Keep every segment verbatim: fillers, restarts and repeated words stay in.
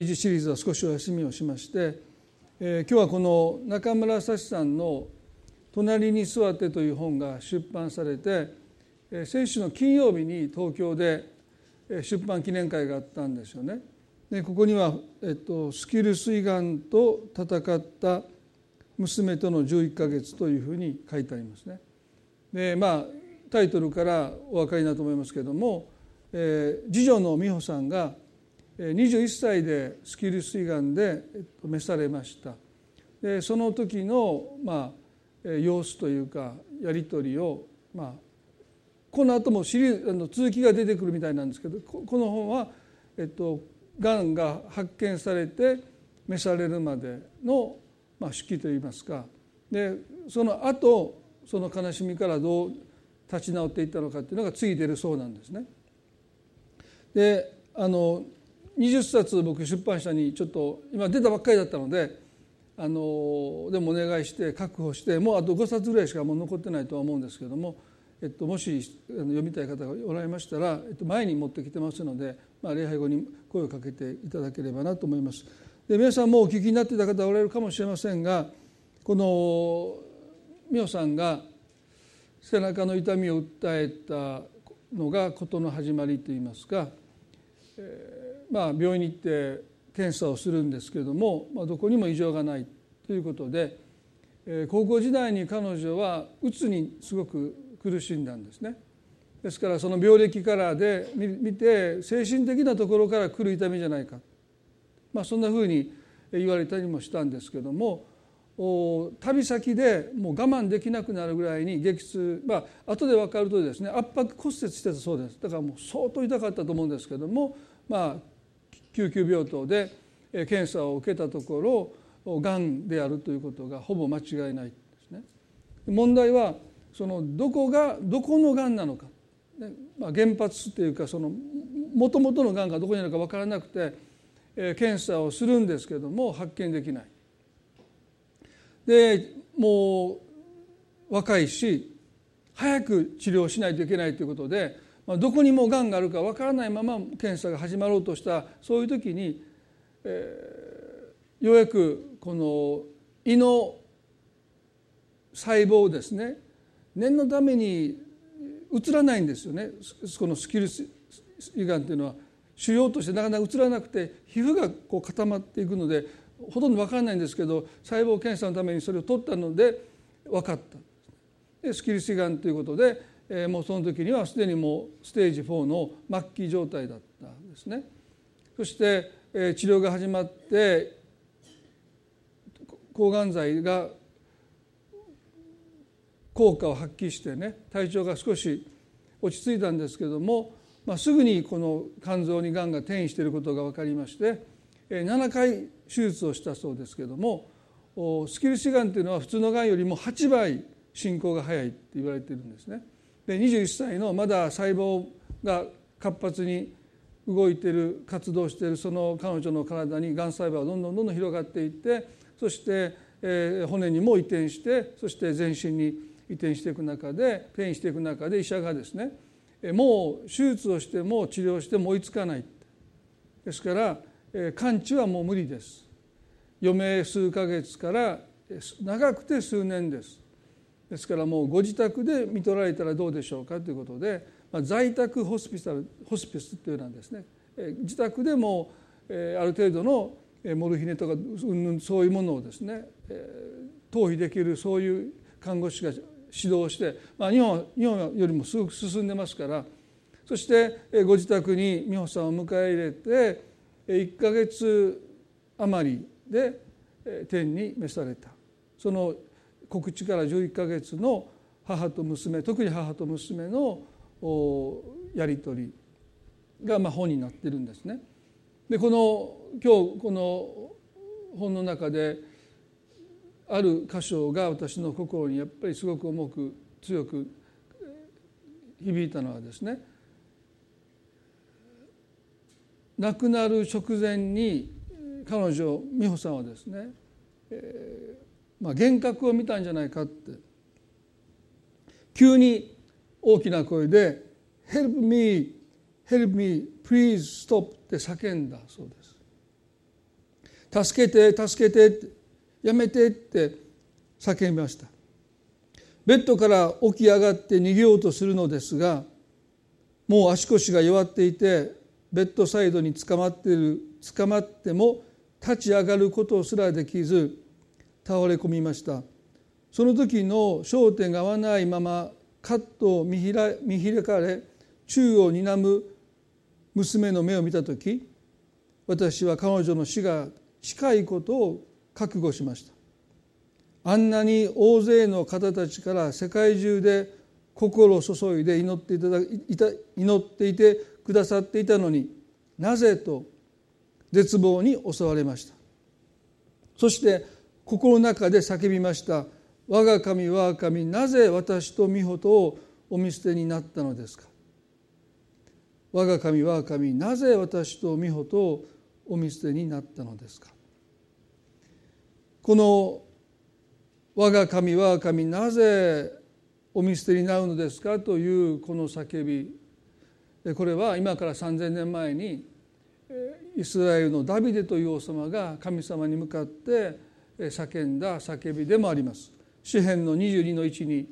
シリーズは少しお休みをしまして、えー、今日はこの中村幸さんの隣に座ってという本が出版されて、えー、先週の金曜日に東京で出版記念会があったんですよね。でここには、えっと、スキルス胃がんと戦った娘とのじゅういっかげつというふうに書いてありますね。でまあタイトルからお分かりだと思いますけれども、えー、次女の美穂さんがにじゅういっさいでスキルス胃がんで召されました。でその時の、まあ、様子というかやり取りを、まあ、この後もシリーズあの続きが出てくるみたいなんですけど、この本は、えっと、がんが発見されて召されるまでの、まあ、手記といいますか、でその後その悲しみからどう立ち直っていったのかっていうのが次出るそうなんですね。であのにじゅっさつ僕出版社にちょっと今出たばっかりだったのであのでもお願いして確保して、もうあとごさつぐらいしかもう残ってないとは思うんですけども、えっと、もし読みたい方がおられましたら、えっと、前に持ってきてますので、まあ、礼拝後に声をかけていただければなと思います。で皆さんもうお聞きになっていた方おられるかもしれませんが、この美穂さんが背中の痛みを訴えたのが事の始まりといいますか、えーまあ、病院に行って検査をするんですけれども、まあ、どこにも異常がないということで、えー、高校時代に彼女はうつにすごく苦しんだんですね。ですからその病歴からで見て精神的なところから来る痛みじゃないか、まあ、そんなふうに言われたりもしたんですけども、旅先でもう我慢できなくなるぐらいに激痛、まあ後で分かるとですね、圧迫骨折してたそうです。だからもう相当痛かったと思うんですけども、まあ救急病棟で検査を受けたところがんであるということがほぼ間違いないですね。問題はそのどこがどこのがんなのか、まあ、原発というかその元々のがんがどこにあるか分からなくて検査をするんですけども発見できない。でもう若いし早く治療しないといけないということで、どこにもがんがあるか分からないまま検査が始まろうとしたそういう時に、えー、ようやくこの胃の細胞ですね、念のために移らないんですよね。このスキルス胃がんというのは腫瘍としてなかなか移らなくて皮膚がこう固まっていくのでほとんど分からないんですけど、細胞検査のためにそれを取ったので分かった。でスキルス胃がんということで、えー、もうその時にはすでにもうステージフォーの末期状態だったんですね。そして、えー、治療が始まって抗がん剤が効果を発揮してね、体調が少し落ち着いたんですけども、まあ、すぐにこの肝臓にがんが転移していることが分かりまして、えー、ななかい手術をしたそうですけども、スキルス胃がんというのは普通のがんよりもはちばい進行が早いって言われているんですね。でにじゅういっさいのまだ細胞が活発に動いている活動しているその彼女の体にがん細胞がどんどんどんどん広がっていって、そして、えー、骨にも移転して、そして全身に移転していく中で転移していく中で医者がですね、もう手術をしても治療しても追いつかない。ですから、えー、完治はもう無理です。余命数ヶ月から長くて数年です。ですからもうご自宅で見取られたらどうでしょうかということで、まあ、在宅ホスピスホスピスというのはですね、自宅でもある程度のモルヒネとかそういうものをですね投与できるそういう看護師が指導して、まあ、日本日本よりもすごく進んでますから、そしてご自宅に美穂さんを迎え入れていっかげつ余りで天に召された。その告知からじゅういっかげつの母と娘、特に母と娘のやり取りがまあ本になっているんですね。でこの今日この本の中である箇所が私の心にやっぱりすごく重く強く響いたのはですね、亡くなる直前に彼女美穂さんはですね、えーまあ、幻覚を見たんじゃないかって急に大きな声で Help me, help me, please stop って叫んだそうです。 助けて助けて、やめてって叫びました。ベッドから起き上がって逃げようとするのですが、もう足腰が弱っていて、ベッドサイドに捕まっている捕まっても立ち上がることすらできず倒れ込みました。その時の焦点が合わないままカッと見開かれ、宙を睨む娘の目を見た時、私は彼女の死が近いことを覚悟しました。あんなに大勢の方たちから世界中で心を注いで祈っていただいた祈っていてくださっていたのに、なぜと絶望に襲われました。そして心の中で叫びました。我が神我が神、なぜ私と御事をお見捨てになったのですか。我が神我が神、なぜ私と御事をお見捨てになったのですか。この我が神我が神、なぜお見捨てになるのですかというこの叫び、これは今からさんぜんねんまえにイスラエルのダビデという王様が神様に向かって叫んだ叫びでもあります。詩編のにじゅうにのいちに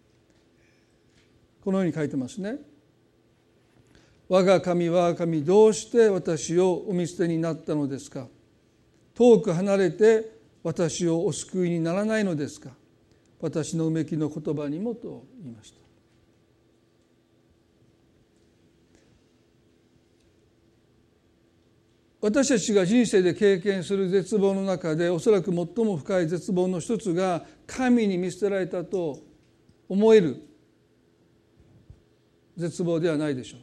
このように書いてますね。我が神我が神、どうして私をお見捨てになったのですか。遠く離れて私をお救いにならないのですか。私のうめきの言葉にもと言いました。私たちが人生で経験する絶望の中で、おそらく最も深い絶望の一つが、神に見捨てられたと思える絶望ではないでしょう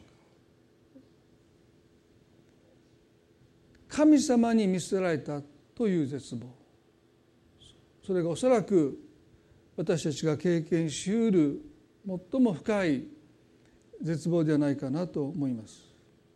か。神様に見捨てられたという絶望、それがおそらく私たちが経験しうる最も深い絶望ではないかなと思います。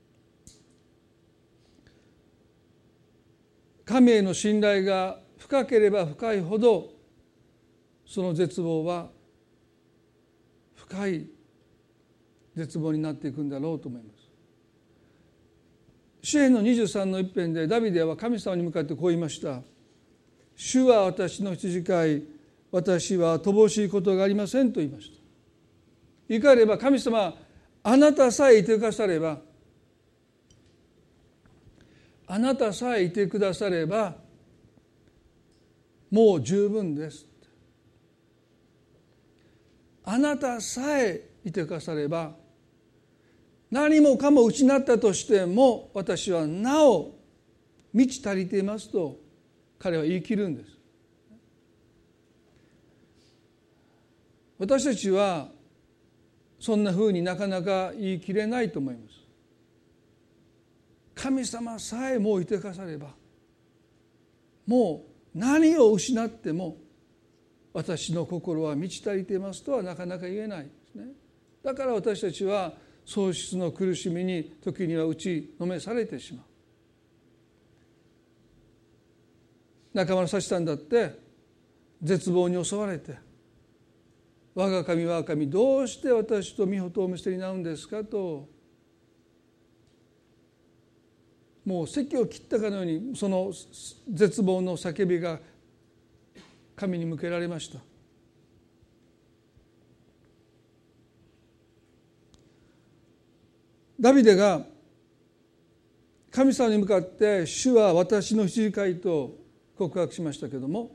神への信頼が深ければ深いほど、その絶望は深い絶望になっていくんだろうと思います。詩編のにじゅうさんの一編でダビデは神様に向かってこう言いました。主は私の羊飼い、私は乏しいことがありませんと言いました。いかれば神様、あなたさえいてくだされば、あなたさえいてくださればもう十分です。あなたさえいてくだされば、何もかも失ったとしても私はなお満ち足りていますと彼は言い切るんです。私たちはそんなふうになかなか言い切れないと思います。神様さえもういてくだされば、もう何を失っても私の心は満ち足りていますとはなかなか言えないですね。だから私たちは喪失の苦しみに時には打ちのめされてしまう。中村幸さんだって絶望に襲われて、我が神我が神、どうして私と御事をお見捨てになるんですかと、もう堰を切ったかのようにその絶望の叫びが神に向けられました。ダビデが神様に向かって主は私の羊飼いと告白しましたけれども、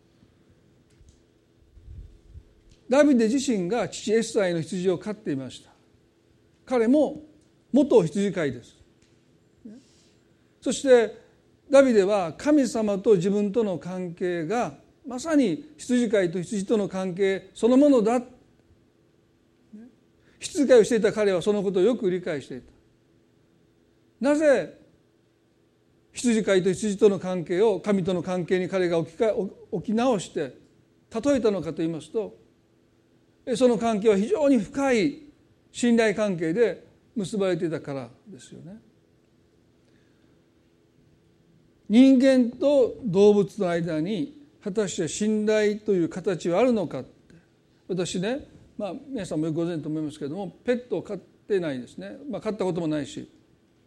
ダビデ自身が父エッサイの羊を飼っていました。彼も元羊飼いです。そしてダビデは神様と自分との関係がまさに羊飼いと羊との関係そのものだ。羊飼いをしていた彼はそのことをよく理解していた。なぜ羊飼いと羊との関係を神との関係に彼が置きか置き直して例えたのかといいますと、その関係は非常に深い信頼関係で結ばれていたからですよね。人間と動物の間に果たして信頼という形はあるのかって、私ね、まあ、皆さんもよくご存知と思いますけれども、ペットを飼ってないですね、まあ、飼ったこともないし、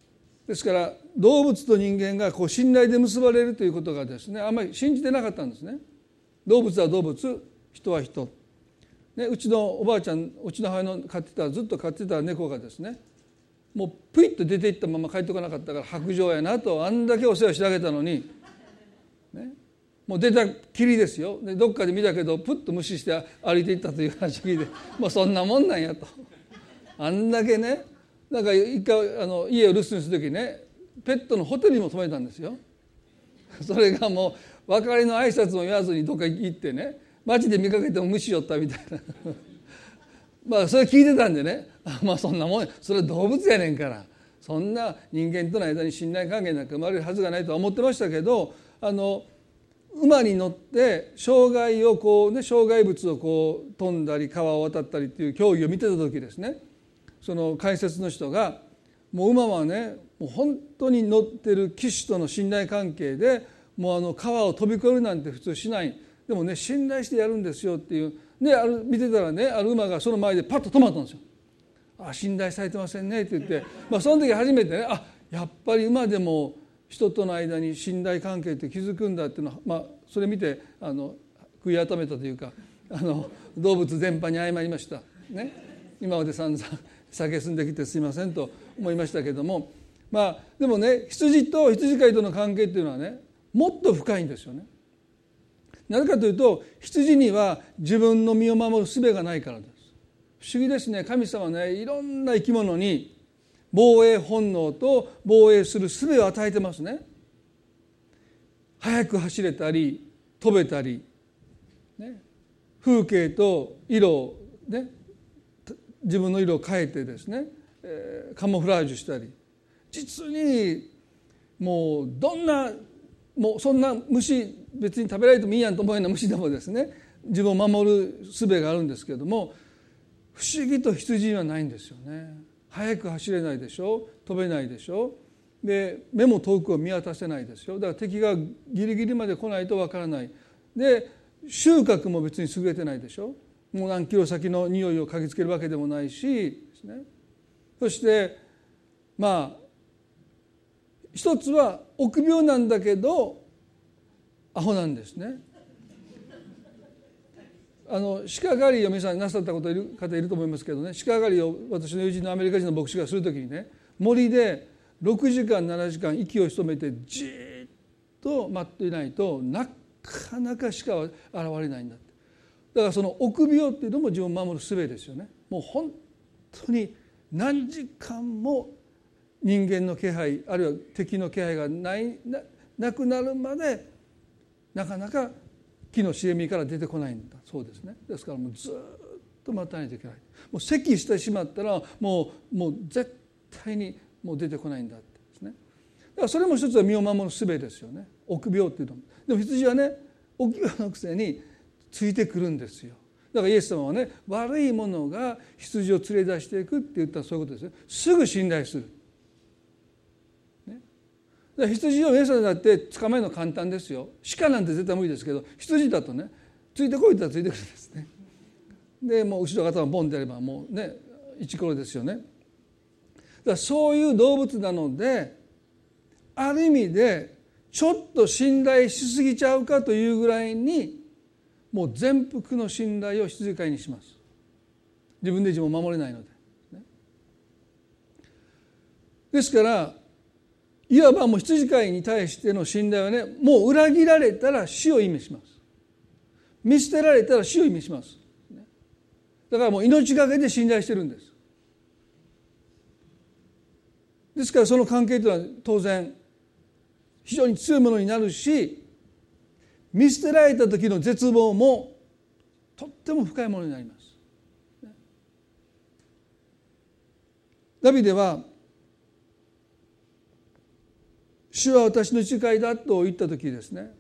ですから動物と人間がこう信頼で結ばれるということがですね、あんまり信じてなかったんですね。動物は動物、人は人、ね、うちのおばあちゃん、うちの母の飼ってたずっと飼ってた猫がですね、もうプイッと出ていったまま帰ってこなかったから白状やなと、あんだけお世話してあげたのに、ね、もう出たきりですよ。でどっかで見たけどプッと無視して歩いていったという話を聞いて、もうそんなもんなんやと。あんだけね、なんか一回あの家を留守にする時ね、ペットのホテルにも泊めたんですよ。それがもう別れの挨拶も言わずにどっか行ってね、街で見かけても無視しよったみたいなまあそれ聞いてたんでね、まあそんなもん、それは動物やねんから、そんな人間との間に信頼関係なんか生まれるはずがないとは思ってましたけど、あの馬に乗って障害をこうね、障害物をこう飛んだり川を渡ったりっていう競技を見てた時ですね、その解説の人がもう馬はね、もう本当に乗ってる騎手との信頼関係で、もうあの川を飛び越えるなんて普通しない、でもね信頼してやるんですよっていうで、ある見てたらね、ある馬がその前でパッと止まったんですよ。あ、信頼されてませんねって言って、まあ、その時初めてね、あ、やっぱり馬でも人との間に信頼関係って築くんだっていうのは、まあ、それ見てあの悔い改めたというか、あの動物全般に謝りました、ね、今まで散々蔑んできてすいませんと思いましたけども、まあでもね、羊と羊飼いとの関係っていうのはね、もっと深いんですよね。なぜかというと、羊には自分の身を守る術がないからです。不思議ですね。神様はね、いろんな生き物に防衛本能と防衛する術を与えてますね。速く走れたり飛べたり、ね、風景と色を、ね、自分の色を変えてですね、えー、カモフラージュしたり、実にもうどんなもうそんな虫別に食べられてもいいやんと思うような虫でもですね、自分を守る術があるんですけれども、不思議と羊にはないんですよね。速く走れないでしょ、飛べないでしょ、で目も遠くを見渡せないですよ。だから敵がギリギリまで来ないとわからない。で収穫も別に優れてないでしょ、もう何キロ先の匂いを嗅ぎつけるわけでもないしですね。そしてまあ一つは臆病なんだけどアホなんですね。あの鹿狩りを皆さんなさったこといる方いると思いますけどね、鹿狩りを私の友人のアメリカ人の牧師がするときにね、森でろくじかんななじかん息を潜めてじーっと待っていないとなかなか鹿は現れないんだって。だからその臆病っていうのも自分を守る術ですよね。もう本当に何時間も人間の気配あるいは敵の気配がない な, なくなるまでなかなか木の茂みから出てこないんだそうですね。ですからもうずっと待たないといけない。もう咳してしまったらもうもう絶対にもう出てこないんだってですね。だからそれも一つは身を守る術ですよね。臆病っていうのも。でも羊はね、臆病のくせについてくるんですよ。だからイエス様はね、悪いものが羊を連れ出していくって言ったらそういうことですね。すぐ信頼する。羊をイエス様だって捕まえるの簡単ですよ。鹿なんて絶対無理ですけど、羊だとね、ついてこいって言ったらついてくるんですね。でもう後ろ頭ボンでやればもうね、一コロですよね。だからそういう動物なので、ある意味でちょっと信頼しすぎちゃうかというぐらいにもう全幅の信頼を羊飼いにします。自分で自分を守れないので。ですからいわばもう羊飼いに対しての信頼はね、もう裏切られたら死を意味します。見捨てられたら死を意味します。だからもう命がけで信頼してるんです。ですからその関係というのは当然非常に強いものになるし、見捨てられた時の絶望もとっても深いものになります。ダビデは主は私の誓いだと言った時ですね、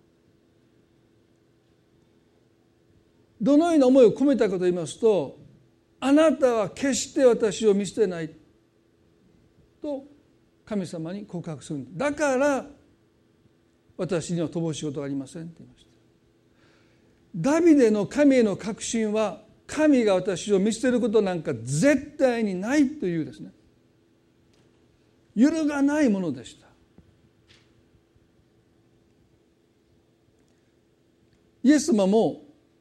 どのような思いを込めたかと言いますと、あなたは決して私を見捨てないと神様に告白するんだ。だから私には乏しいことがありませんと言いました。ダビデの神への確信は、神が私を見捨てることなんか絶対にないというですね、 揺るがないものでした。イエス様も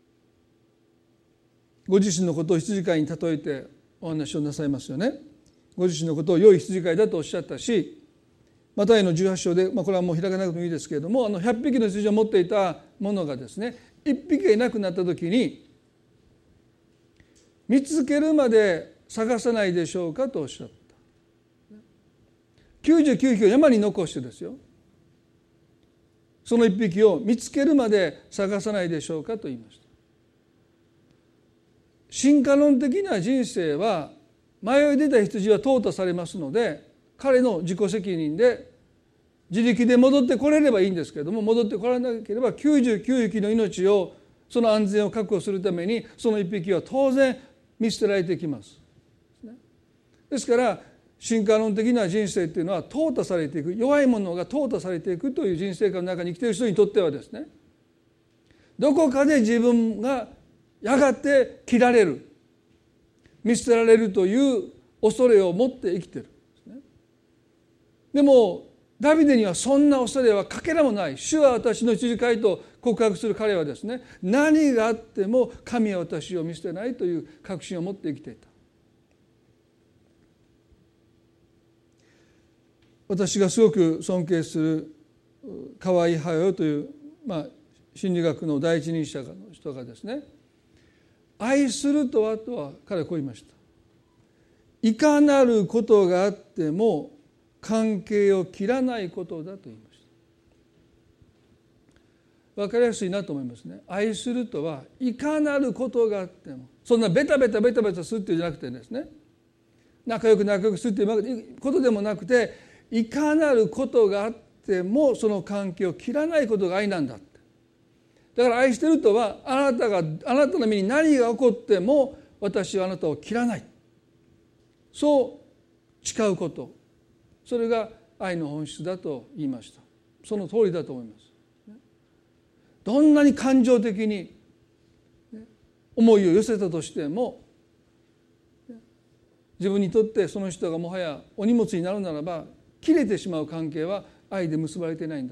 ご自身のことを羊飼いに例えてお話をなさいますよね。ご自身のことを良い羊飼いだとおっしゃったし、マタイのじゅうはち章で、まあ、これはもう開かなくてもいいですけれども、あのひゃっぴきの羊を持っていた者がですね、いっぴきがいなくなった時に見つけるまで探さないでしょうかとおっしゃった。きゅうじゅうきゅうひきを山に残してですよ、そのいっぴきを見つけるまで探さないでしょうかと言いました。進化論的な人生は迷い出た羊は淘汰されますので、彼の自己責任で自力で戻ってこれればいいんですけれども、戻ってこらなければきゅうじゅうきゅうひきの命を、その安全を確保するためにそのいっぴきは当然見捨てられてきます。ですから進化論的な人生というのは淘汰されていく、弱いものが淘汰されていくという人生観の中に生きている人にとってはですね、どこかで自分がやがて切られる、見捨てられるという恐れを持って生きている。でもダビデにはそんな恐れはかけらもない。主は私の羊飼いと告白する彼はですね、何があっても神は私を見捨てないという確信を持って生きていた。私がすごく尊敬する河合隼という、まあ、心理学の第一人者の人がですね、愛するとはとは彼はこう言いました。いかなることがあっても関係を切らないことだと言いました。分かりやすいなと思いますね。愛するとはいかなることがあっても、そんなベタベタベタベタするっていうんじゃなくてですね、仲良く仲良くするっていうことでもなくて、いかなることがあってもその関係を切らないことが愛なんだって。だから愛してるとは、あなたがあなたの身に何が起こっても私はあなたを切らない、そう誓うこと、それが愛の本質だと言いました。その通りだと思います。どんなに感情的に思いを寄せたとしても、自分にとってその人がもはやお荷物になるならば切れてしまう関係は愛で結ばれていないんだ。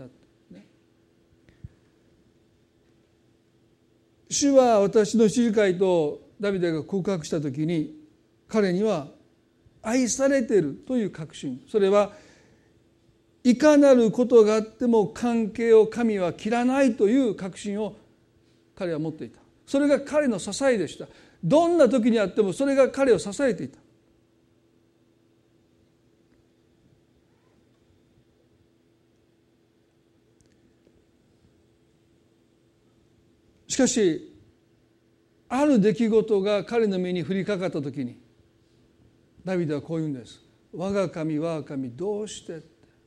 主は私の羊飼いとダビデが告白したときに、彼には愛されているという確信、それはいかなることがあっても関係を神は切らないという確信を彼は持っていた。それが彼の支えでした。どんな時にあってもそれが彼を支えていた。しかしある出来事が彼の身に降りかかった時に、ダビデはこう言うんです。我が神我が神どうして。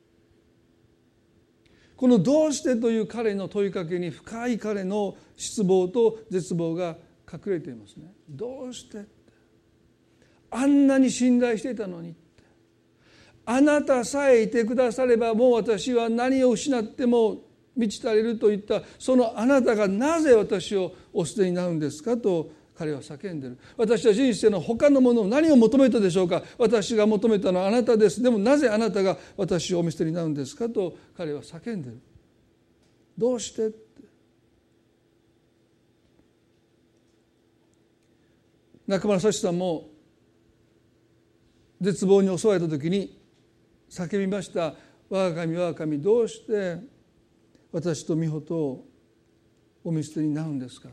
このどうしてという彼の問いかけに深い彼の失望と絶望が隠れていますね。どうして。あんなに信頼していたのに、あなたさえいてくださればもう私は何を失っても満ち足りるといった、そのあなたがなぜ私をお捨てになるんですかと彼は叫んでいる。私は人生の他のものを何を求めたでしょうか。私が求めたのはあなたです。でもなぜあなたが私をお見捨てになるんですかと彼は叫んでいる。どうして。中村幸さんも絶望に襲われた時に叫びました。我が神我が神どうして私と美穂とお見捨てになるんですか。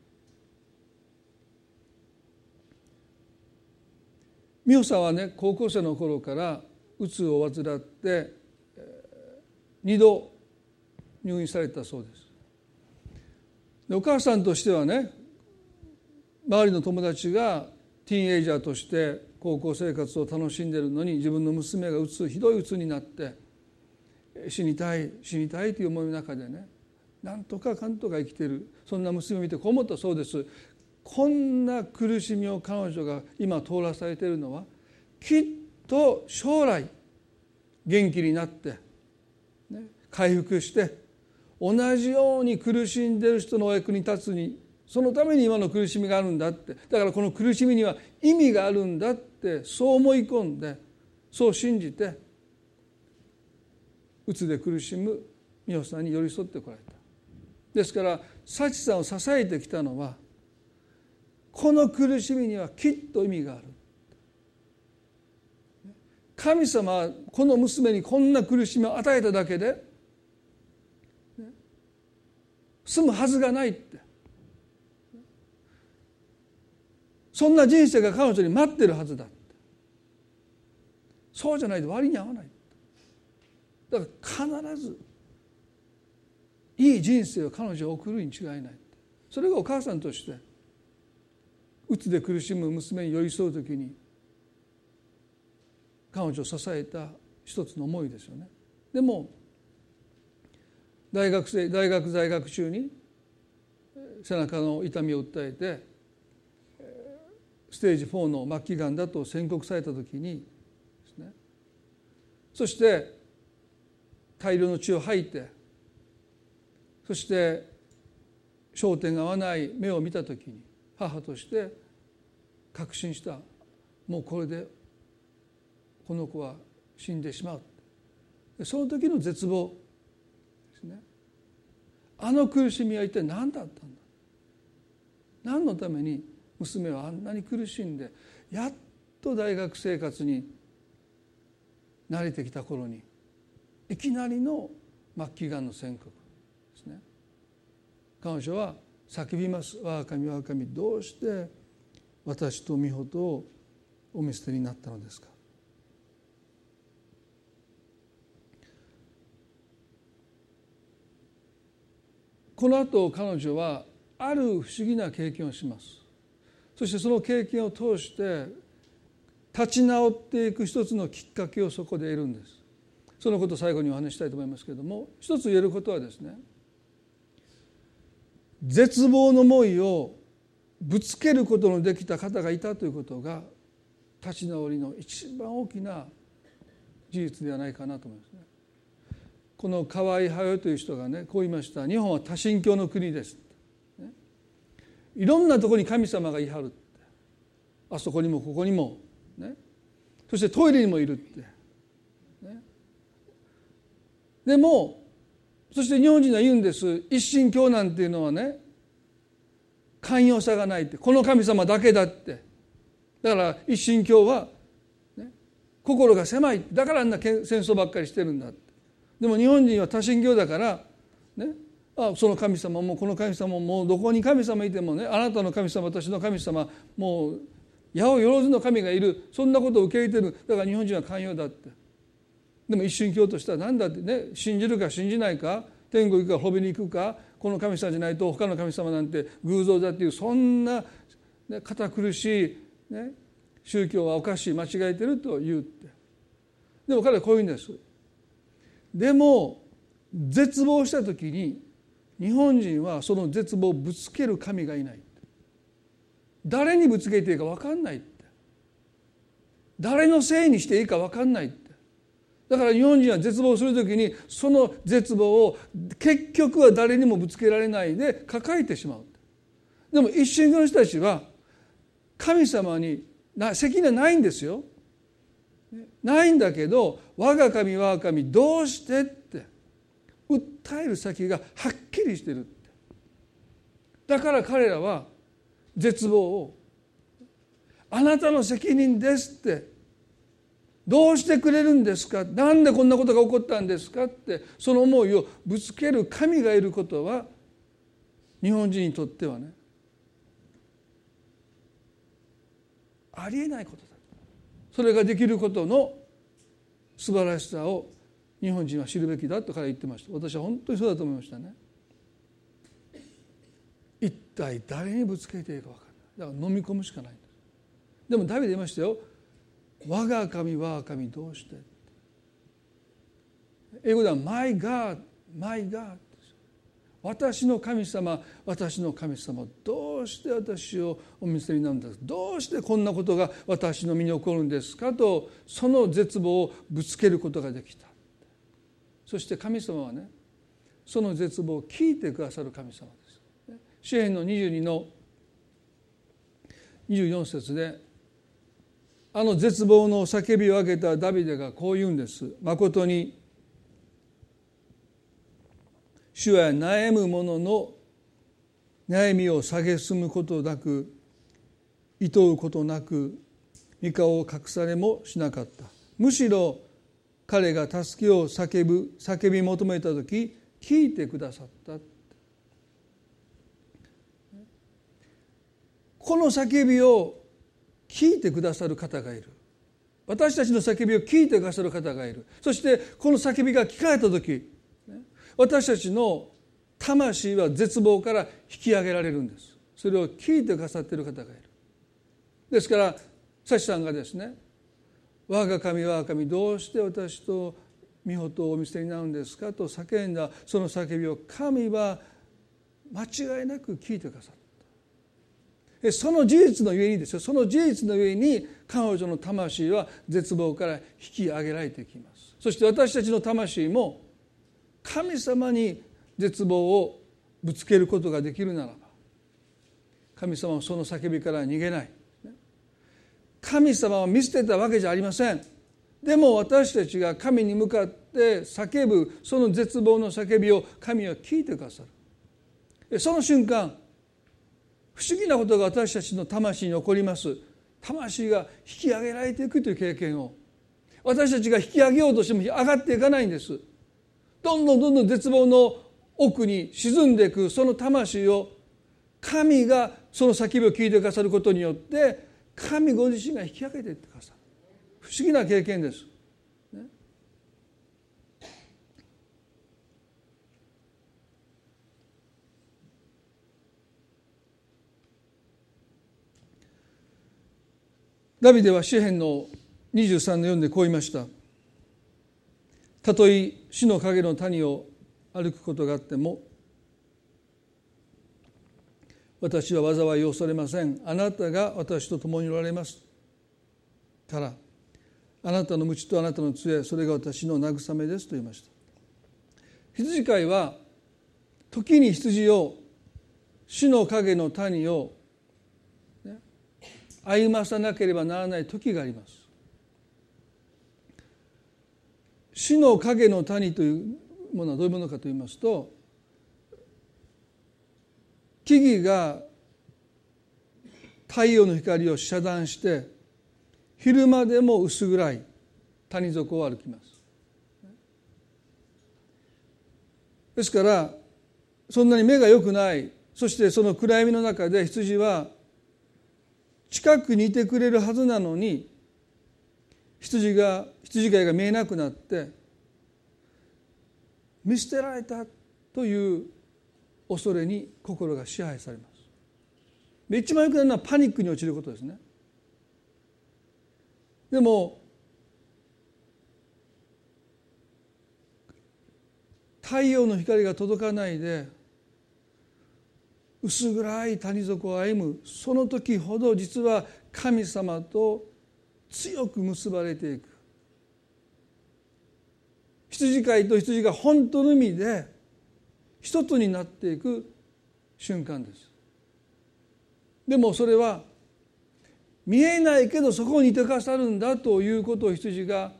美穂さんはね、高校生の頃からうつを患ってにど入院されたそうです。でお母さんとしてはね、周りの友達がティーンエイジャーとして高校生活を楽しんでいるのに、自分の娘がうつひどいうつになって死にたい死にたいという思いの中でね、なんとかかんとか生きている、そんな娘を見てこう思ったそうです。こんな苦しみを彼女が今通らされているのは、きっと将来元気になって、ね、回復して同じように苦しんでいる人のお役に立つに、そのために今の苦しみがあるんだって、だからこの苦しみには意味があるんだって、そう思い込んで、そう信じてうつで苦しむ美穂さんに寄り添ってこられた。ですから幸さんを支えてきたのは、この苦しみにはきっと意味がある。神様はこの娘にこんな苦しみを与えただけで済むはずがないって、そんな人生が彼女に待ってるはずだって。そうじゃないと割に合わない。だから必ずいい人生を彼女を送るに違いない。それがお母さんとしてうつで苦しむ娘に寄り添うときに彼女を支えた一つの思いですよね。でも大学生大学在学中に背中の痛みを訴えてステージフォーの末期がんだと宣告されたときにですね、そして大量の血を吐いて、そして焦点が合わない目を見たときに母として確信した。もうこれでこの子は死んでしまう。その時の絶望ですね。あの苦しみは一体何だったんだ。何のために娘はあんなに苦しんでやっと大学生活に慣れてきた頃にいきなりの末期がんの宣告ですね。彼女は叫びます。我が神我が神、どうして私と美穂とお見捨てになったのですか。この後彼女はある不思議な経験をします。そしてその経験を通して立ち直っていく一つのきっかけをそこで得るんです。そのことを最後にお話ししたいと思いますけれども、一つ言えることはですね、絶望の思いをぶつけることのできた方がいたということが立ち直りの一番大きな事実ではないかなと思いますね。この河合隼という人がね、こう言いました。日本は多神教の国です、ね、いろんなところに神様がいはるって、あそこにもここにも、ね、そしてトイレにもいるって、ね、でもそして日本人は言うんです。一神教なんていうのはね、寛容さがないって、この神様だけだって。だから一神教は、ね、心が狭い、だからあんな戦争ばっかりしてるんだって。でも日本人は多神教だから、ね、あその神様もこの神様も、もうどこに神様いてもね、あなたの神様私の神様、もう八百万の神がいる、そんなことを受け入れてる。だから日本人は寛容だって。でも一神教としては何だってね、信じるか信じないか、天国行くか滅びに行くか、この神様じゃないと他の神様なんて偶像だっていう、そんな、ね、堅苦しい、ね、宗教はおかしい、間違えてると言うって。でも彼はこう言うんです。でも絶望した時に日本人はその絶望をぶつける神がいない。誰にぶつけていいか分かんないって。誰のせいにしていいか分かんないって。だから日本人は絶望するときにその絶望を結局は誰にもぶつけられないで抱えてしまう。でも一神教の人たちは神様に責任はないんですよ。ないんだけど、我が神我が神どうしてって訴える先がはっきりしてるって。だから彼らは絶望をあなたの責任ですって、どうしてくれるんですか、なんでこんなことが起こったんですかって、その思いをぶつける神がいることは日本人にとってはね、ありえないことだ。それができることの素晴らしさを日本人は知るべきだと彼は言ってました。私は本当にそうだと思いましたね。一体誰にぶつけていいか分からない。だから飲み込むしかないんです。でもダビデ言いましたよ。我が神我が神どうして。英語では My God My God、 私の神様私の神様どうして私をお見捨てになるんですか、どうしてこんなことが私の身に起こるんですかと、その絶望をぶつけることができた。そして神様はね、その絶望を聞いてくださる神様です。詩編のにじゅうにのにじゅうよん節で、あの絶望の叫びを上げたダビデがこう言うんです。誠に主は悩む者の悩みを蔑むことなく、厭うことなく、御顔を隠されもしなかった。むしろ彼が助けを叫ぶ叫び求めたとき、聞いてくださった。この叫びを聞いてくださる方がいる。私たちの叫びを聞いてくださる方がいる。そしてこの叫びが聞かれたとき、私たちの魂は絶望から引き上げられるんです。それを聞いてくださっている方がいる。ですからサシさんがですね、我が神我が神、どうして私と御事をお見せになるんですかと叫んだその叫びを神は間違いなく聞いてくださった。その事実のゆえにですよ、その事実のゆえに彼女の魂は絶望から引き上げられてきます。そして私たちの魂も神様に絶望をぶつけることができるならば、神様はその叫びから逃げない。神様は見捨てたわけじゃありません。でも私たちが神に向かって叫ぶその絶望の叫びを神は聞いてくださる。その瞬間、不思議なことが私たちの魂に起こります。魂が引き上げられていくという経験を、私たちが引き上げようとしても上がっていかないんです。どんどんどんどん絶望の奥に沈んでいくその魂を神がその叫びを聞いてくださることによって神ご自身が引き上げていってくださる。不思議な経験です、ね、ダビデは詩編のにじゅうさんのよんでこう言いました。たとえ死の影の谷を歩くことがあっても私は災いを恐れません。あなたが私と共におられますからあなたの鞭とあなたの杖、それが私の慰めですと言いました。羊飼いは時に羊を死の影の谷を、ね、歩まさなければならない時があります。死の影の谷というものはどういうものかといいますと、木々が太陽の光を遮断して昼間でも薄暗い谷底を歩きます。ですからそんなに目が良くない、そしてその暗闇の中で羊は近くにいてくれるはずなのに羊が羊飼いが見えなくなって見捨てられたという恐れに心が支配されます。で一番よくなるのはパニックに陥ることですね。でも太陽の光が届かないで薄暗い谷底を歩むその時ほど実は神様と強く結ばれていく。羊飼いと羊が本当の意味で一つになっていく瞬間です。でもそれは見えないけどそこにいてくださるんだということを羊が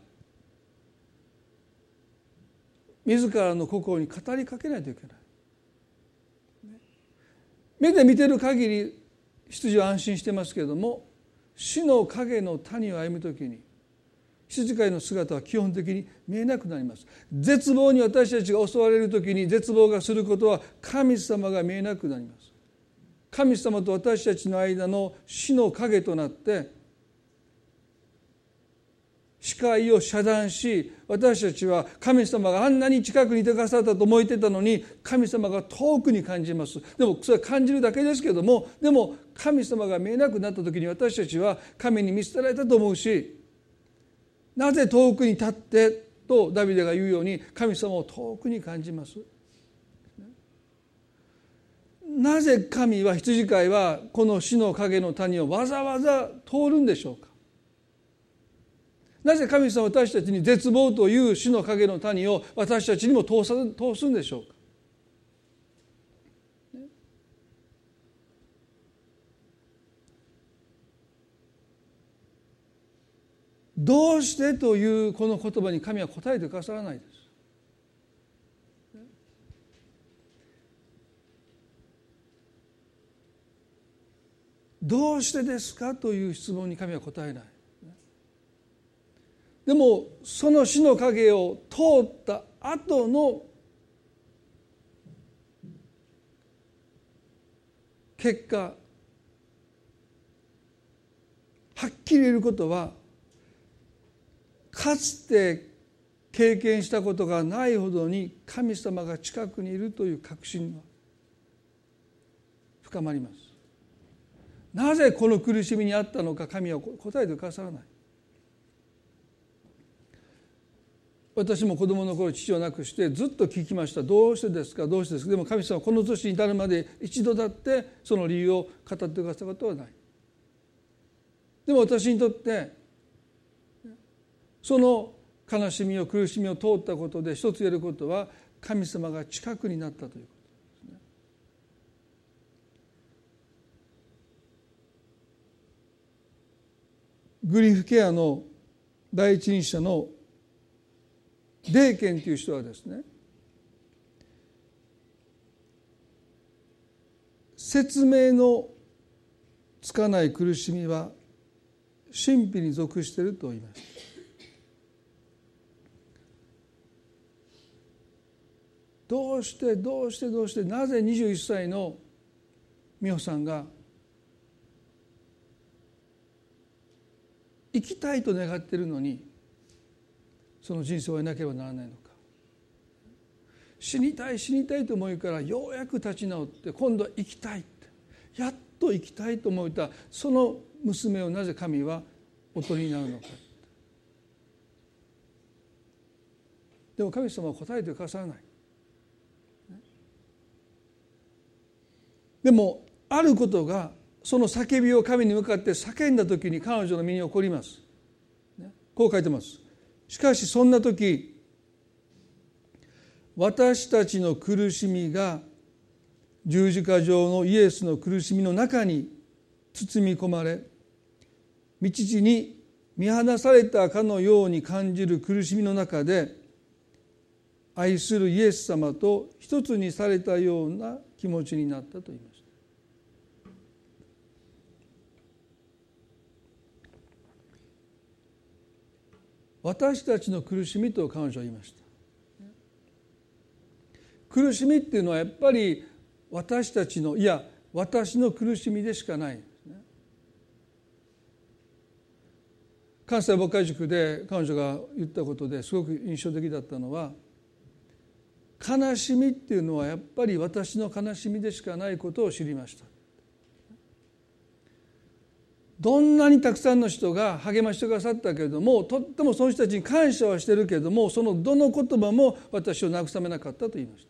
自らの心に語りかけないといけない。目で見てる限り羊は安心してますけれども、死の影の谷を歩むときに羊飼いの姿は基本的に見えなくなります。絶望に私たちが襲われるときに絶望がすることは神様が見えなくなります。神様と私たちの間の死の影となって視界を遮断し、私たちは神様があんなに近くにいてくださったと思ってたのに神様が遠くに感じます。でもそれは感じるだけですけども、でも神様が見えなくなった時に私たちは神に見捨てられたと思うし、なぜ遠くに立ってとダビデが言うように神様を遠くに感じます。なぜ神は羊飼いはこの死の影の谷をわざわざ通るんでしょうか。なぜ神様は私たちに絶望という死の影の谷を私たちにも通さ通すんでしょうか。どうしてというこの言葉に神は答えてくださらないです。 どうしてですかという質問に神は答えない。でもその死の影を通った後の結果、はっきり言えることは、かつて経験したことがないほどに神様が近くにいるという確信が深まります。なぜこの苦しみにあったのか、神は答えてくださらない。私も子供の頃父を亡くしてずっと聞きました。どうしてですか、どうしてですか。でも神様はこの年に至るまで一度だってその理由を語ってくださったことはない。でも私にとってその悲しみを苦しみを通ったことで一つ言えることは、神様が近くになったということですね。グリフケアの第一人者のデーケンという人はですね、説明のつかない苦しみは神秘に属していると言いました。どうしてどうしてどうしてなぜにじゅういっさいの美穂さんが生きたいと願っているのにその人生を得なければならないのか。死にたい死にたいと思いからようやく立ち直って今度は生きたいって、やっと生きたいと思えたその娘をなぜ神はお取りになるのか。でも神様は答えてくださらない。でもあることがその叫びを神に向かって叫んだ時に彼女の身に起こります。こう書いてます。しかしそんな時、私たちの苦しみが十字架上のイエスの苦しみの中に包み込まれ、道地に見放されたかのように感じる苦しみの中で、愛するイエス様と一つにされたような気持ちになったと言いました。私たちの苦しみと彼女は言いました。苦しみっていうのはやっぱり私たちの、いや私の苦しみでしかないんですね。関西牧会塾で彼女が言ったことですごく印象的だったのは、悲しみっていうのはやっぱり私の悲しみでしかないことを知りました。どんなにたくさんの人が励ましてくださったけれども、とってもその人たちに感謝はしてるけれども、そのどの言葉も私を慰めなかったと言いました。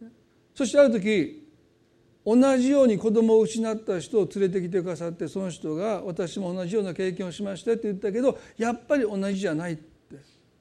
そしてある時、同じように子供を失った人を連れてきてくださって、その人が私も同じような経験をしましたって言ったけど、やっぱり同じじゃないって。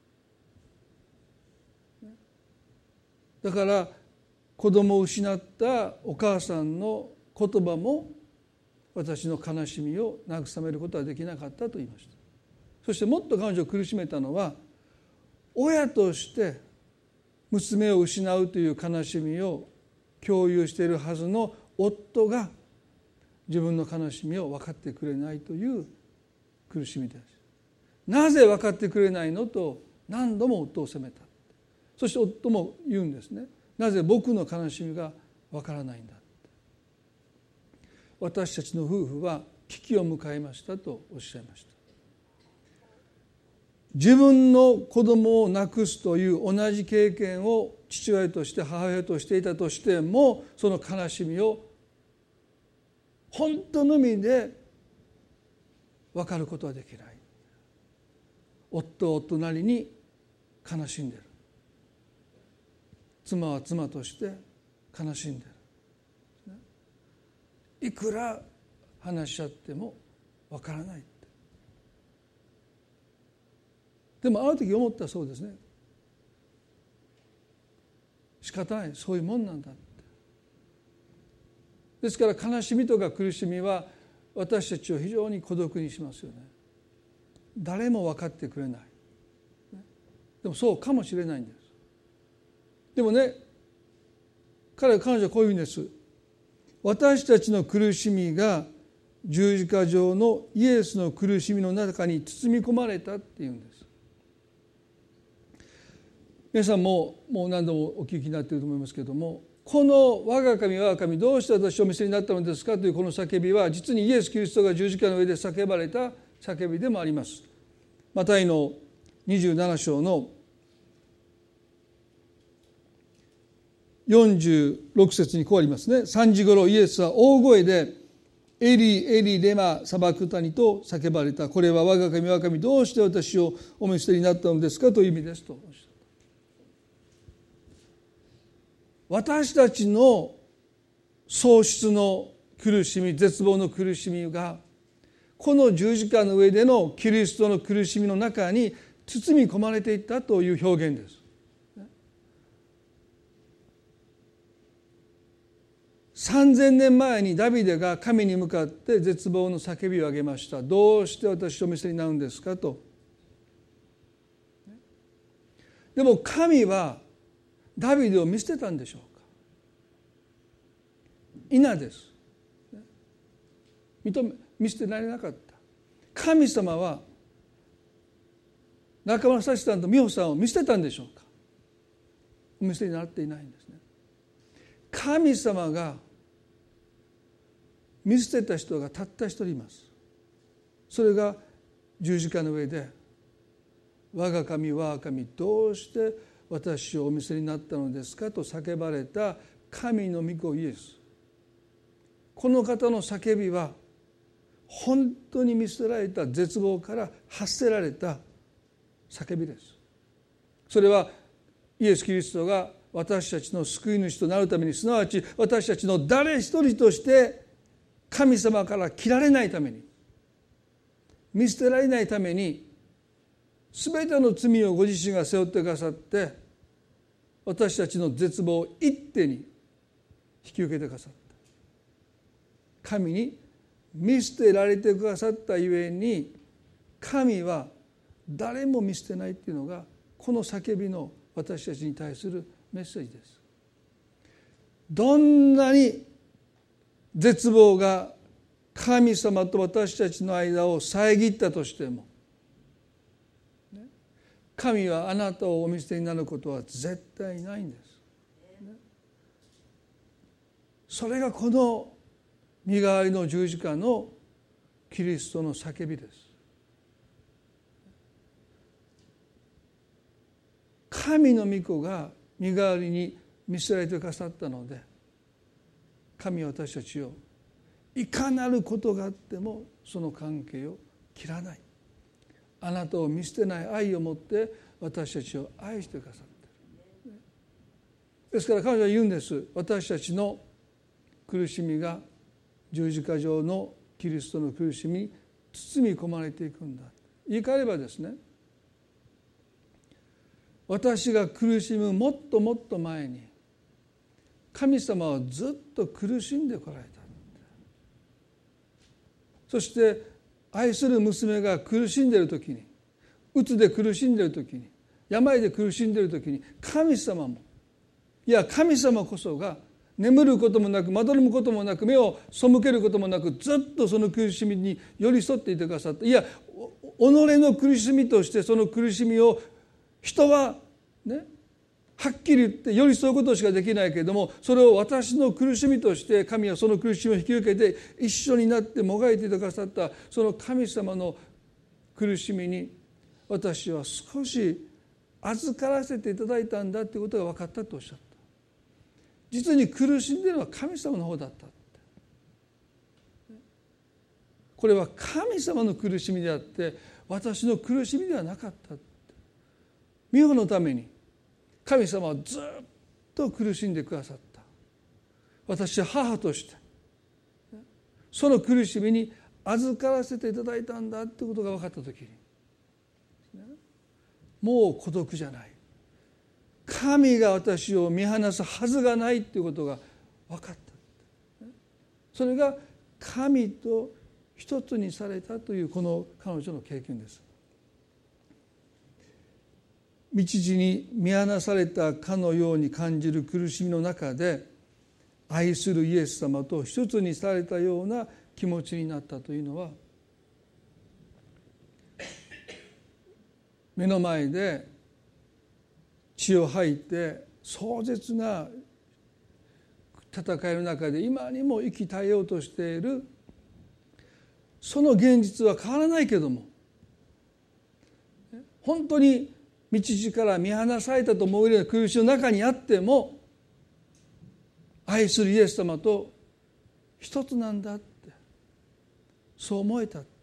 だから子供を失ったお母さんの言葉も私の悲しみを慰めることはできなかったと言いました。そしてもっと彼女を苦しめたのは、親として娘を失うという悲しみを共有しているはずの夫が自分の悲しみを分かってくれないという苦しみです。なぜ分かってくれないのと何度も夫を責めた。そして夫も言うんですね。なぜ僕の悲しみが分からないんだ。私たちの夫婦は危機を迎えましたとおっしゃいました。自分の子供を亡くすという同じ経験を父親として母親としていたとしても、その悲しみを本当の意味で分かることはできない。夫は夫なりに悲しんでいる。妻は妻として悲しんでいる。いくら話し合ってもわからない。でもある時思ったそうですね。仕方ない、そういうもんなんだって。ですから悲しみとか苦しみは私たちを非常に孤独にしますよね。誰も分かってくれない。でもそうかもしれないんです。でもね、彼は彼女はこういうんです。 私たちの苦しみが十字架上のイエスの苦しみの中に包み込まれたっていうんです。皆さんももう何度もお聞きになっていると思いますけれども、この我が神我が神どうして私をお見せになったのですかというこの叫びは、実にイエス・キリストが十字架の上で叫ばれた叫びでもあります。マタイのにじゅうなな章のよんじゅうろく節にこうありますね。さんじ頃イエスは大声でエリエリレマサバクタニと叫ばれた。これは我が神我が神どうして私をお見捨てになったのですかという意味ですとおっしゃった。私たちの喪失の苦しみ、絶望の苦しみがこの十字架の上でのキリストの苦しみの中に包み込まれていったという表現です。さんぜんねんまえにダビデが神に向かって絶望の叫びを上げました。どうして私をお見捨てになるんですかと。でも神はダビデを見捨てたんでしょうか。否です。認め見捨てられなかった。神様は中村幸さんと美穂さんを見捨てたんでしょうか。お見捨てになっていないんですね。神様が見捨てた人がたった一人います。それが十字架の上で我が神我が神どうして私をお見捨てになったのですかと叫ばれた神の御子イエス。この方の叫びは本当に見捨てられた絶望から発せられた叫びです。それはイエス・キリストが私たちの救い主となるために、すなわち私たちの誰一人として神様から切られないために、見捨てられないために、全ての罪をご自身が背負ってくださって、私たちの絶望を一手に引き受けてくださった。神に見捨てられてくださったゆえに、神は誰も見捨てないっていうのがこの叫びの私たちに対するメッセージです。どんなに絶望が神様と私たちの間を遮ったとしても、神はあなたをお見捨てになることは絶対ないんです。それがこの身代わりの十字架のキリストの叫びです。神の御子が身代わりに見捨てられてくださったので、神は私たちをいかなることがあってもその関係を切らない、あなたを見捨てない愛を持って私たちを愛してくださっている。ですから彼女は言うんです。私たちの苦しみが十字架上のキリストの苦しみに包み込まれていくんだ。言い換えればですね、私が苦しむもっともっと前に神様はずっと苦しんでこられた。そして愛する娘が苦しんでいる時に、うつで苦しんでいる時に、病で苦しんでいる時に、神様も、いや神様こそが眠ることもなく、まどろむこともなく、目を背けることもなく、ずっとその苦しみに寄り添っていてくださった。いや己の苦しみとしてその苦しみを人はね、はっきり言って寄り添うことしかできないけれども、それを私の苦しみとして神はその苦しみを引き受けて一緒になってもがいてくださった、その神様の苦しみに私は少し預からせていただいたんだということが分かったとおっしゃった。実に苦しんでいるのは神様の方だった。これは神様の苦しみであって私の苦しみではなかった。美穂のために神様はずっと苦しんでくださった。私は母としてその苦しみに預からせていただいたんだということが分かったときに、もう孤独じゃない、神が私を見放すはずがないということが分かった。それが神と一つにされたというこの彼女の経験です。道地に見放されたかのように感じる苦しみの中で、 愛するイエス様と一つにされたような気持ちになったというのは、目の前で血を吐いて壮絶な戦いの中で今にも生き絶えようとしているその現実は変わらないけども、本当に道から見放されたと思うような苦しみの中にあっても、愛するイエス様と一つなんだって、そう思えたって。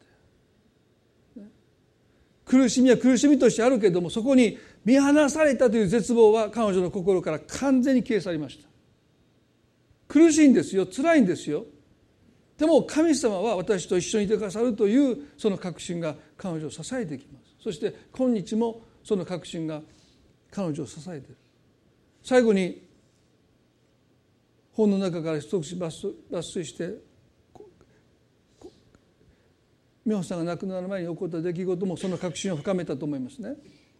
苦しみは苦しみとしてあるけれども、そこに見放されたという絶望は彼女の心から完全に消え去りました。苦しいんですよ、辛いんですよ。でも神様は私と一緒にいてくださるというその確信が彼女を支えてきます。そして今日もその確信が彼女を支えている。最後に本の中から一口抜粋して、美穂さんが亡くなる前に起こった出来事もその確信を深めたと思いますね。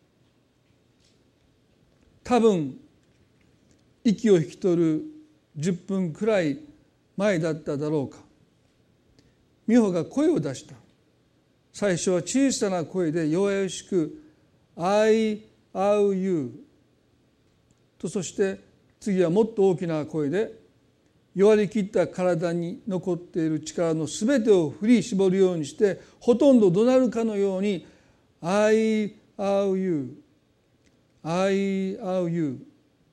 多分息を引き取るじゅっぷんくらい前だっただろうか、美穂が声を出した。最初は小さな声で弱々しく I love you と、そして次はもっと大きな声で弱り切った体に残っている力のすべてを振り絞るようにして、ほとんど怒鳴るかのように I love you I love you。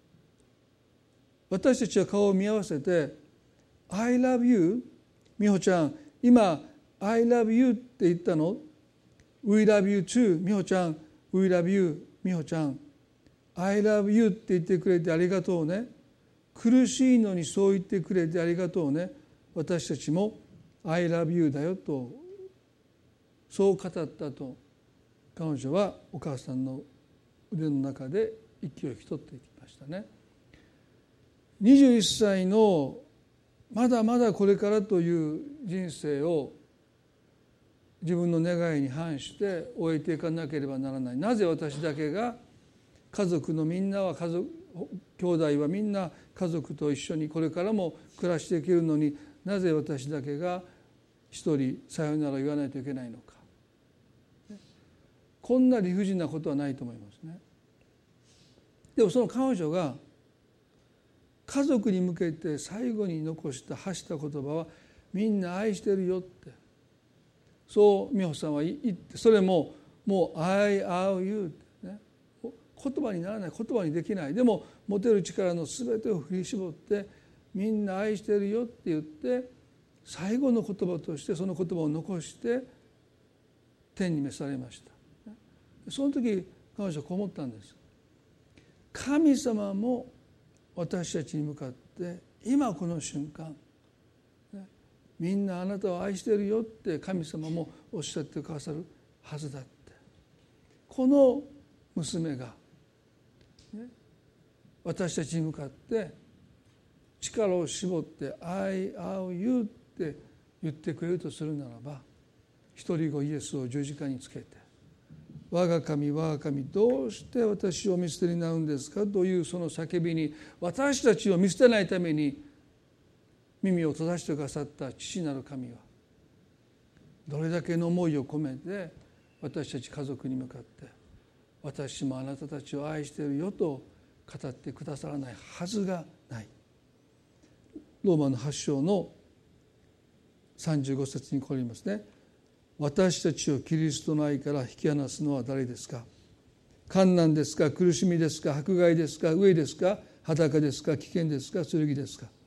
私たちは顔を見合わせて I love you、 美穂ちゃん今 I love you って言ったの？ We love you too 美穂ちゃん We love you 美穂ちゃん I love you って言ってくれてありがとうね。苦しいのにそう言ってくれてありがとうね。私たちも I love you だよと、そう語ったと彼女はお母さんの腕の中で息を引き取っていきましたね。にじゅういっさいのまだまだこれからという人生を自分の願いに反して終えていかなければならない。なぜ私だけが、家族のみんなは家族兄弟はみんな家族と一緒にこれからも暮らしていけるのに、なぜ私だけが一人さよなら言わないといけないのか。こんな理不尽なことはないと思いますね。でもその彼女が家族に向けて最後に残した発した言葉は、みんな愛してるよって、そう美穂さんは言って、それももう I love you ってね、言葉にならない、言葉にできない。でも持てる力の全てを振り絞ってみんな愛してるよって言って、最後の言葉としてその言葉を残して天に召されました。その時彼女はこう思ったんです。神様も私たちに向かって今この瞬間、みんなあなたを愛しているよって神様もおっしゃってくださるはずだって。この娘が私たちに向かって力を絞って I love you って言ってくれるとするならば、一人子イエスを十字架につけて、我が神我が神どうして私を見捨てになるんですかというその叫びに、私たちを見捨てないために耳を閉ざしてくださった父なる神はどれだけの思いを込めて私たち家族に向かって、私もあなたたちを愛しているよと語ってくださらないはずがない。ローマのはち章のさんじゅうご節にこう言いますね。私たちをキリストの愛から引き離すのは誰ですか。患難ですか、苦しみですか、迫害ですか、飢えですか、裸ですか、危険ですか、剣ですか。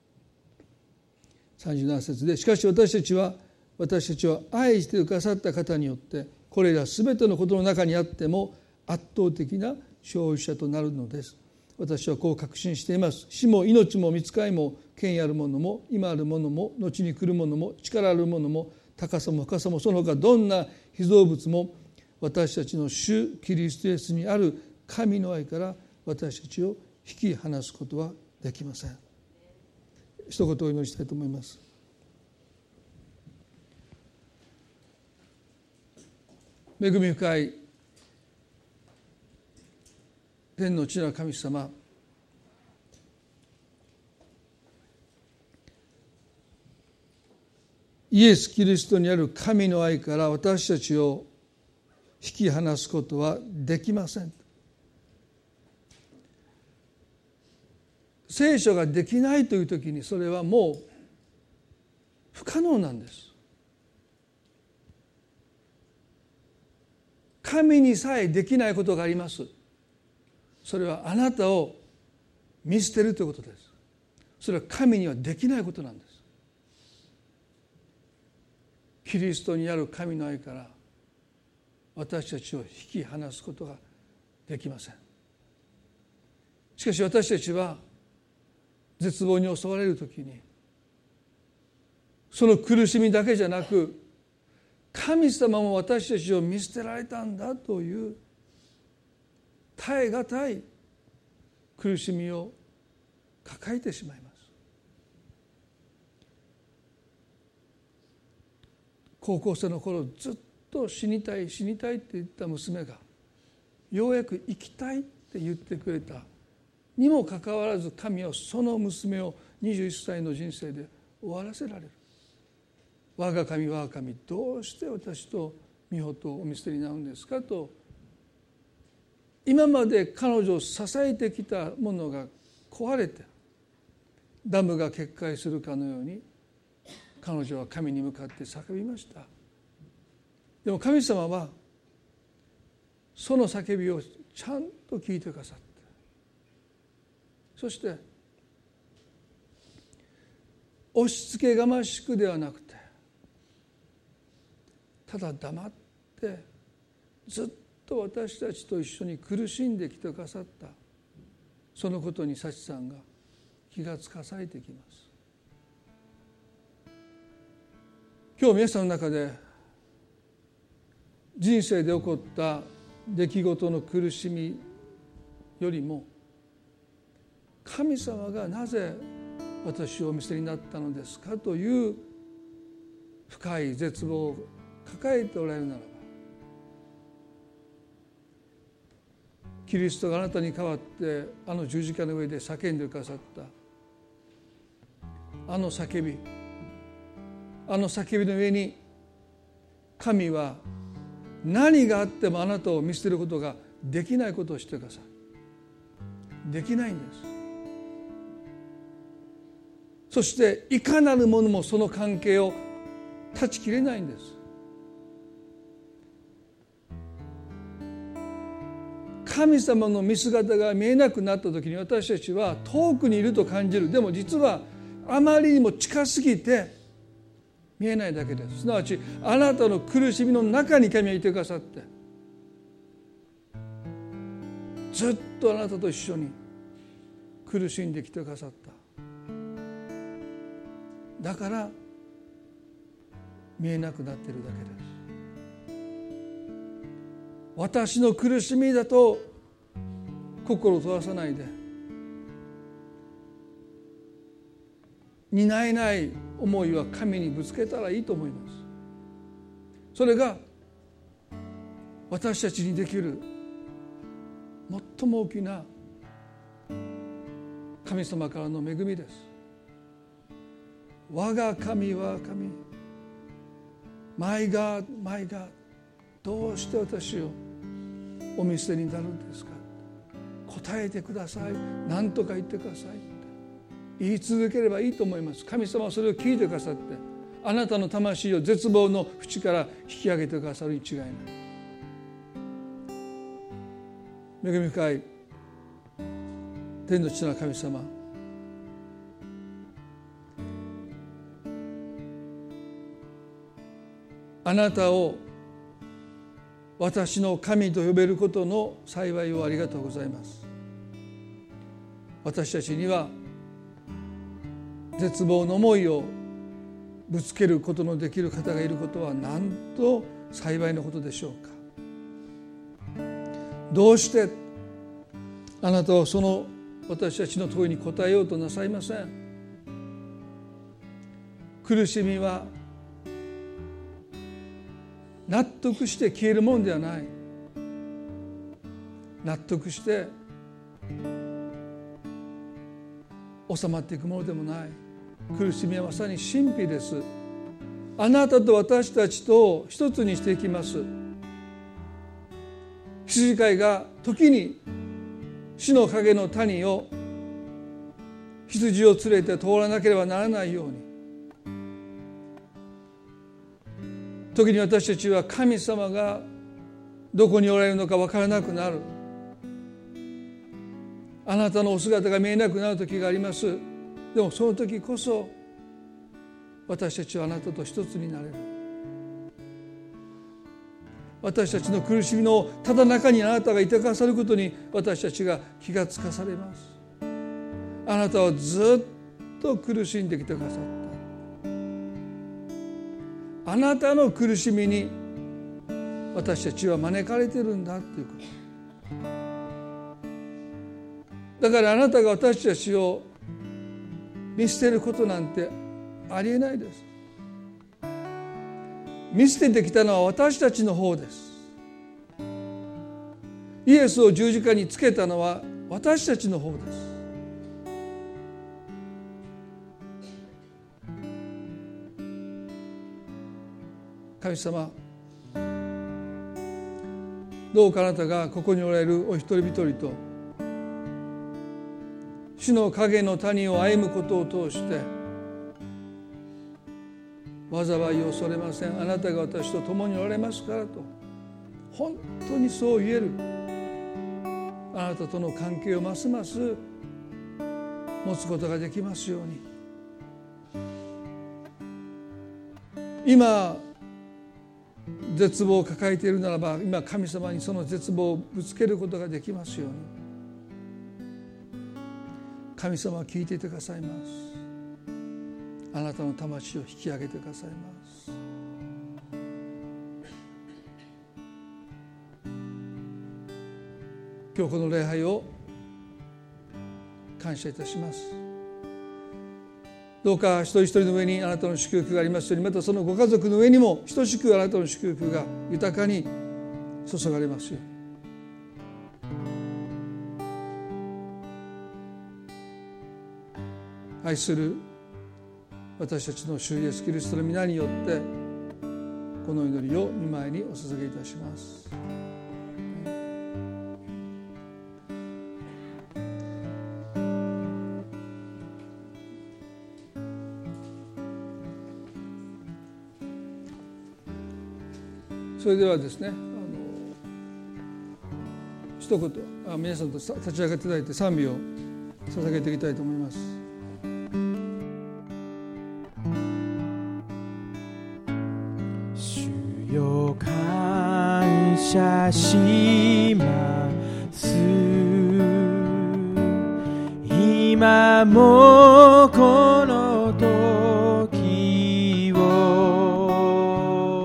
さんじゅうなな節で、しかし私たちは私たちを愛してくださった方によってこれらすべてのことの中にあっても圧倒的な勝利者となるのです。私はこう確信しています。死も命も御使いも権威あるものも今あるものも後に来るものも力あるものも高さも深さもその他どんな被造物も私たちの主キリストイエスにある神の愛から私たちを引き離すことはできません。一言お祈りしたいと思います。恵み深い天の父なる神様、 イエス・キリストにある神の愛から私たちを引き離すことはできません。聖書ができないというときにそれはもう不可能なんです。神にさえできないことがあります。それはあなたを見捨てるということです。それは神にはできないことなんです。キリストにある神の愛から私たちを引き離すことができません。しかし私たちは絶望に襲われるときにその苦しみだけじゃなく、神様も私たちを見捨てられたんだという耐え難い苦しみを抱えてしまいます。高校生の頃ずっと死にたい死にたいって言った娘がようやく生きたいって言ってくれたにもかかわらず、神はその娘をにじゅういっさいの人生で終わらせられる。我が神我が神、どうして私と美穂とお見捨てになるんですかと、今まで彼女を支えてきたものが壊れてダムが決壊するかのように彼女は神に向かって叫びました。でも神様はその叫びをちゃんと聞いてくださった。そして押し付けがましくではなくて、ただ黙ってずっと私たちと一緒に苦しんできてくださった、そのことに幸さんが気がつかされてきます。今日皆さんの中で人生で起こった出来事の苦しみよりも、神様がなぜ私をお見捨てになったのですかという深い絶望を抱えておられるならば、キリストがあなたに代わってあの十字架の上で叫んでくださったあの叫び、あの叫びの上に神は何があってもあなたを見捨てることができないことをしてください。できないんです。そしていかなるものもその関係を断ち切れないんです。神様の見姿が見えなくなった時に私たちは遠くにいると感じる。でも実はあまりにも近すぎて見えないだけです。すなわちあなたの苦しみの中に神はいてくださって、ずっとあなたと一緒に苦しんできてくださった。だから見えなくなっているだけです。私の苦しみだと心を閉ざさないで、担えない思いは神にぶつけたらいいと思います。それが私たちにできる最も大きな神様からの恵みです。我が神我が神、マイガーマイガー、どうして私をお見捨てになるんですか。答えてください、何とか言ってくださいって言い続ければいいと思います。神様はそれを聞いてくださって、あなたの魂を絶望の淵から引き上げてくださるに違いない。恵み深い天の父なる神様、あなたを私の神と呼べることの幸いをありがとうございます。私たちには絶望の思いをぶつけることのできる方がいることはなんと幸いのことでしょうか。どうしてあなたはその私たちの問いに答えようとなさいません。苦しみは納得して消えるもんではない。納得して収まっていくものでもない。苦しみはまさに神秘です。 あなたと私たちと一つにしていきます。羊飼いが時に死の影の谷を羊を連れて通らなければならないように、時に私たちは神様がどこにおられるのか分からなくなる、あなたのお姿が見えなくなる時があります。でもその時こそ私たちはあなたと一つになれる。私たちの苦しみのただ中にあなたがいてくださることに私たちが気がつかされます。あなたはずっと苦しんできてくださった。あなたの苦しみに私たちは招かれているんだということ。だからあなたが私たちを見捨てることなんてありえないです。見捨ててきたのは私たちの方です。イエスを十字架につけたのは私たちの方です。神様、どうかあなたがここにおられるお一人一人と死の影の谷を歩むことを通して災いを恐れません、あなたが私と共におられますからと本当にそう言えるあなたとの関係をますます持つことができますように。今絶望を抱えているならば今神様にその絶望をぶつけることができますように。神様は聞いていてくださいます。あなたの魂を引き上げてくださいます。今日この礼拝を感謝いたします。どうか一人一人の上にあなたの祝福がありますように、またそのご家族の上にも等しくあなたの祝福が豊かに注がれますように。愛する私たちの主イエスキリストの皆によってこの祈りを御前にお捧げいたします。それではですね、あの一言あ皆さんと立ち上がっていただいて賛美を捧げていきたいと思います。 主よ感謝します今もこの時を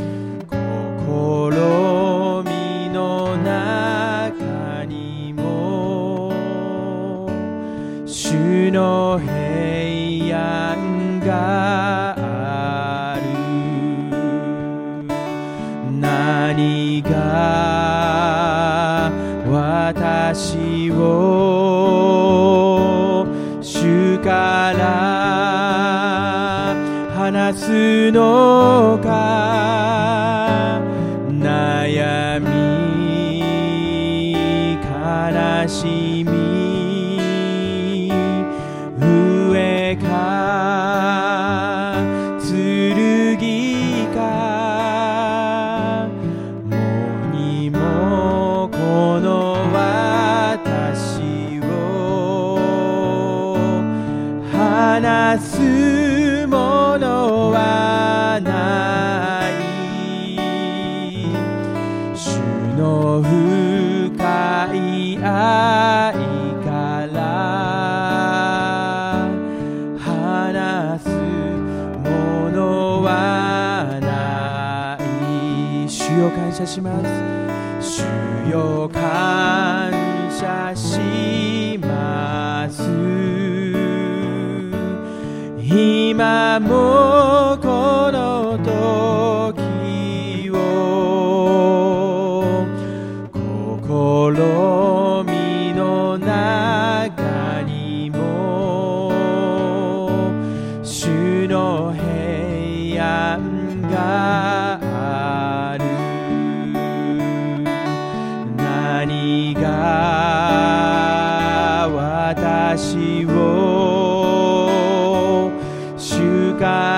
試みの中にも主の平安がある何が私を主から離すのか悩み悲しみ飢えか剣かもにもこの私を離すものはない主の深い愛から離すものはない主よ感謝します主よ感謝します今もこの時を試みの中にも主の平安がある。何が私を主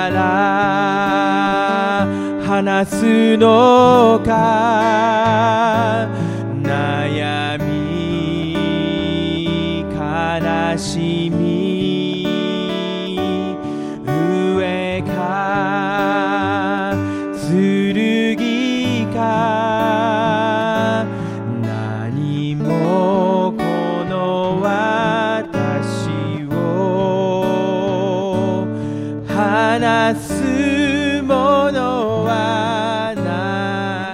から離すのか。悩み悲しみ上か剣か。何もこの私を離すものはない。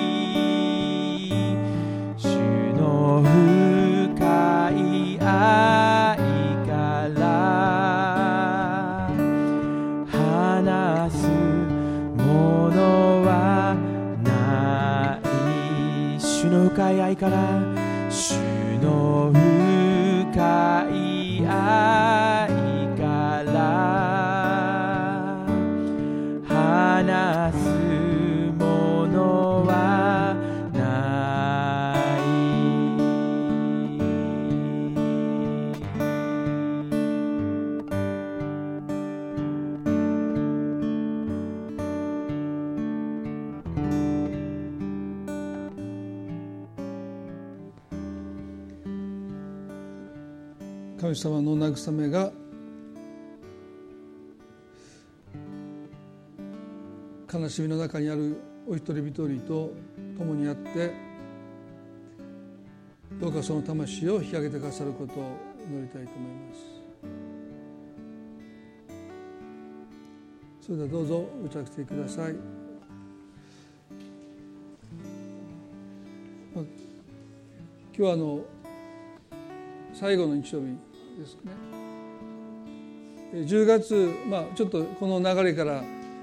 主の深い愛から離すものはない。主の深い愛から、主の深い愛から離すものはない。 神様の慰めが悲しみの中にあるお一人一人と共にあって、どうかその魂を引き上げてくださることを祈りたいと思います。それではどうぞお着席ください。今日はあの最後の日曜日ですね。じゅうがつ、まあ、ちょっとこの流れから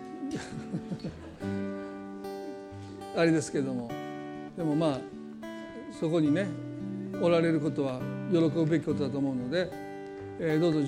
あれですけども、でもまあそこにねおられることは喜ぶべきことだと思うので、えー、どうぞ